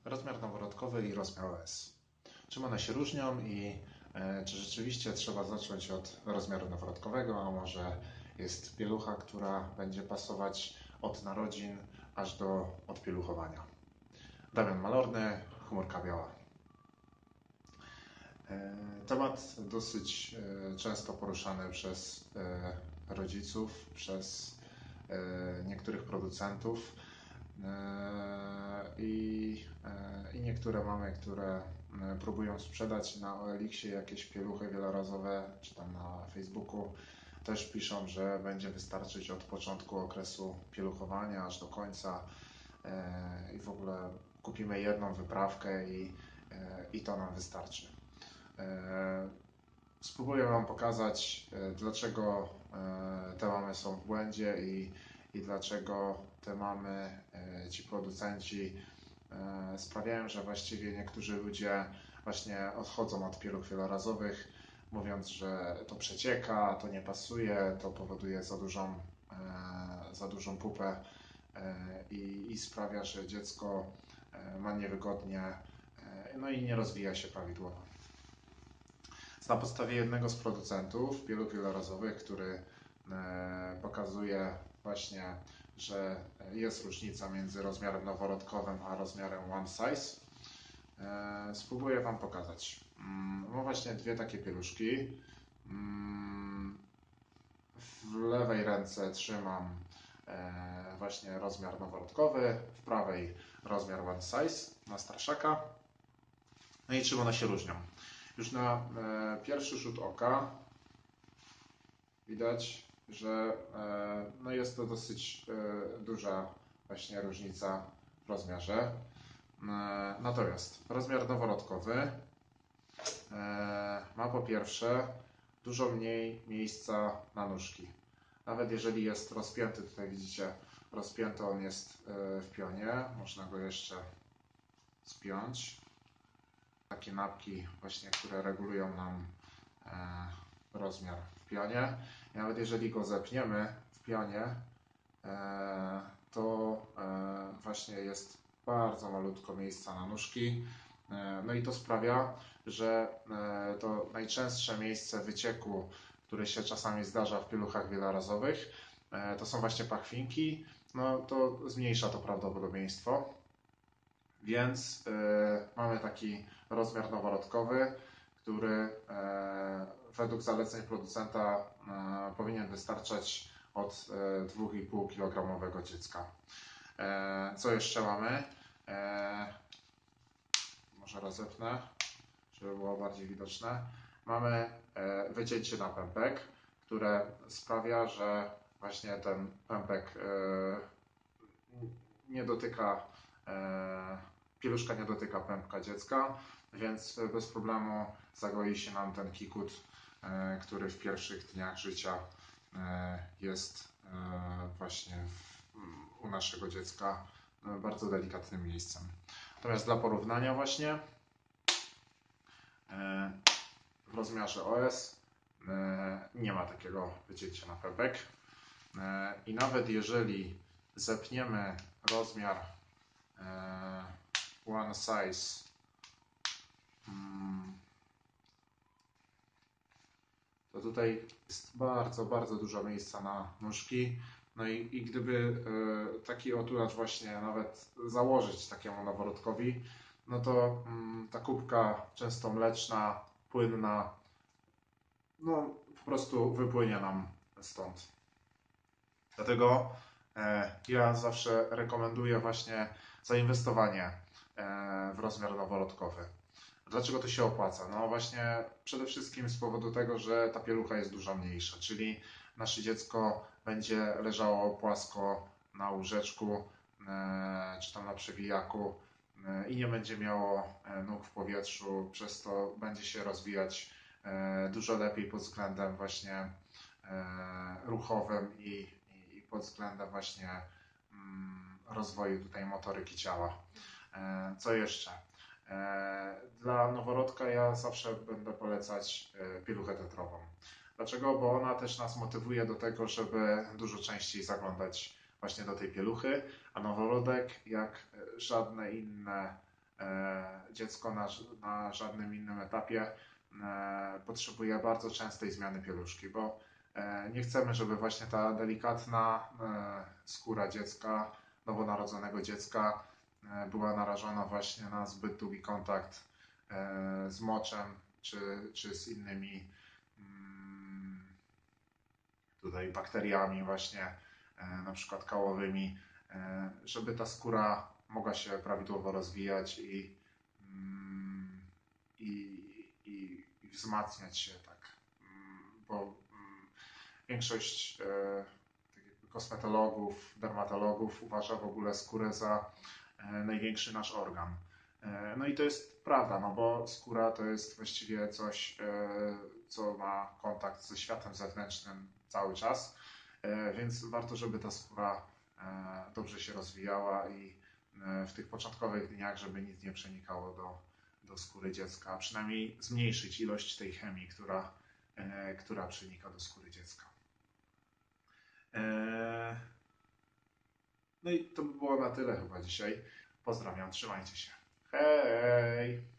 rozmiar noworodkowy i rozmiar OS. Czym one się różnią i czy rzeczywiście trzeba zacząć od rozmiaru noworodkowego, a może jest pielucha, która będzie pasować od narodzin aż do odpieluchowania. Damian Malorny, Chmurka Biała. Temat dosyć często poruszany przez rodziców, przez niektórych producentów i niektóre mamy, które próbują sprzedać na OLX-ie jakieś pieluchy wielorazowe, czy tam na Facebooku też piszą, że będzie wystarczyć od początku okresu pieluchowania aż do końca i w ogóle kupimy jedną wyprawkę i to nam wystarczy. Spróbuję Wam pokazać, dlaczego te mamy są w błędzie i dlaczego te mamy, ci producenci sprawiają, że właściwie niektórzy ludzie właśnie odchodzą od pieluch wielorazowych, mówiąc, że to przecieka, to nie pasuje, to powoduje za dużą pupę i sprawia, że dziecko ma niewygodnie, no i nie rozwija się prawidłowo. Na podstawie jednego z producentów pieluch wielorazowych, który pokazuje właśnie, że jest różnica między rozmiarem noworodkowym a rozmiarem one size, spróbuję Wam pokazać. Mam właśnie dwie takie pieluszki. W lewej ręce trzymam właśnie rozmiar noworodkowy, w prawej rozmiar one size na starszaka. No i czym one się różnią? Już na pierwszy rzut oka widać, że no jest to dosyć duża właśnie różnica w rozmiarze. Natomiast rozmiar noworodkowy ma po pierwsze dużo mniej miejsca na nóżki. Nawet jeżeli jest rozpięty, tutaj widzicie, rozpięty on jest w pionie, można go jeszcze spiąć. Takie napki właśnie, które regulują nam rozmiar w pionie. I nawet jeżeli go zepniemy w pionie, to właśnie jest bardzo malutko miejsca na nóżki. No i to sprawia, że to najczęstsze miejsce wycieku, które się czasami zdarza w pieluchach wielorazowych, to są właśnie pachwinki. No to zmniejsza to prawdopodobieństwo. Więc mamy taki rozmiar noworodkowy, który według zaleceń producenta powinien wystarczać od 2,5 kg dziecka. Co jeszcze mamy? Może rozepnę, żeby było bardziej widoczne. Mamy wycięcie na pępek, które sprawia, że właśnie ten pępek nie dotyka, pieluszka nie dotyka pępka dziecka, więc bez problemu zagoi się nam ten kikut, który w pierwszych dniach życia jest właśnie u naszego dziecka bardzo delikatnym miejscem. Natomiast dla porównania właśnie w rozmiarze OS nie ma takiego wycięcia na pępek i nawet jeżeli zepniemy rozmiar one size to tutaj jest bardzo dużo miejsca na nóżki. No i gdyby taki otulacz właśnie nawet założyć takiemu noworodkowi, no to ta kubka często mleczna, płynna, no po prostu wypłynie nam stąd. Dlatego ja zawsze rekomenduję właśnie zainwestowanie w rozmiar noworodkowy. Dlaczego to się opłaca? No właśnie przede wszystkim z powodu tego, że ta pielucha jest dużo mniejsza, czyli nasze dziecko będzie leżało płasko na łóżeczku czy tam na przewijaku i nie będzie miało nóg w powietrzu, przez to będzie się rozwijać dużo lepiej pod względem właśnie ruchowym i pod względem właśnie rozwoju tutaj motoryki ciała. Co jeszcze? Dla noworodka ja zawsze będę polecać pieluchę tetrową. Dlaczego? Bo ona też nas motywuje do tego, żeby dużo częściej zaglądać właśnie do tej pieluchy, a noworodek, jak żadne inne dziecko na żadnym innym etapie potrzebuje bardzo częstej zmiany pieluszki, bo nie chcemy, żeby właśnie ta delikatna skóra dziecka, nowonarodzonego dziecka była narażona właśnie na zbyt długi kontakt z moczem czy z innymi tutaj bakteriami właśnie, na przykład kałowymi, żeby ta skóra mogła się prawidłowo rozwijać i wzmacniać się tak, bo większość kosmetologów, dermatologów uważa w ogóle skórę za największy nasz organ. No i to jest prawda, no bo skóra to jest właściwie coś, co ma kontakt ze światem zewnętrznym cały czas, więc warto, żeby ta skóra dobrze się rozwijała i w tych początkowych dniach, żeby nic nie przenikało do skóry dziecka, a przynajmniej zmniejszyć ilość tej chemii, która przenika do skóry dziecka. No i to by było na tyle chyba dzisiaj. Pozdrawiam, trzymajcie się. Hej!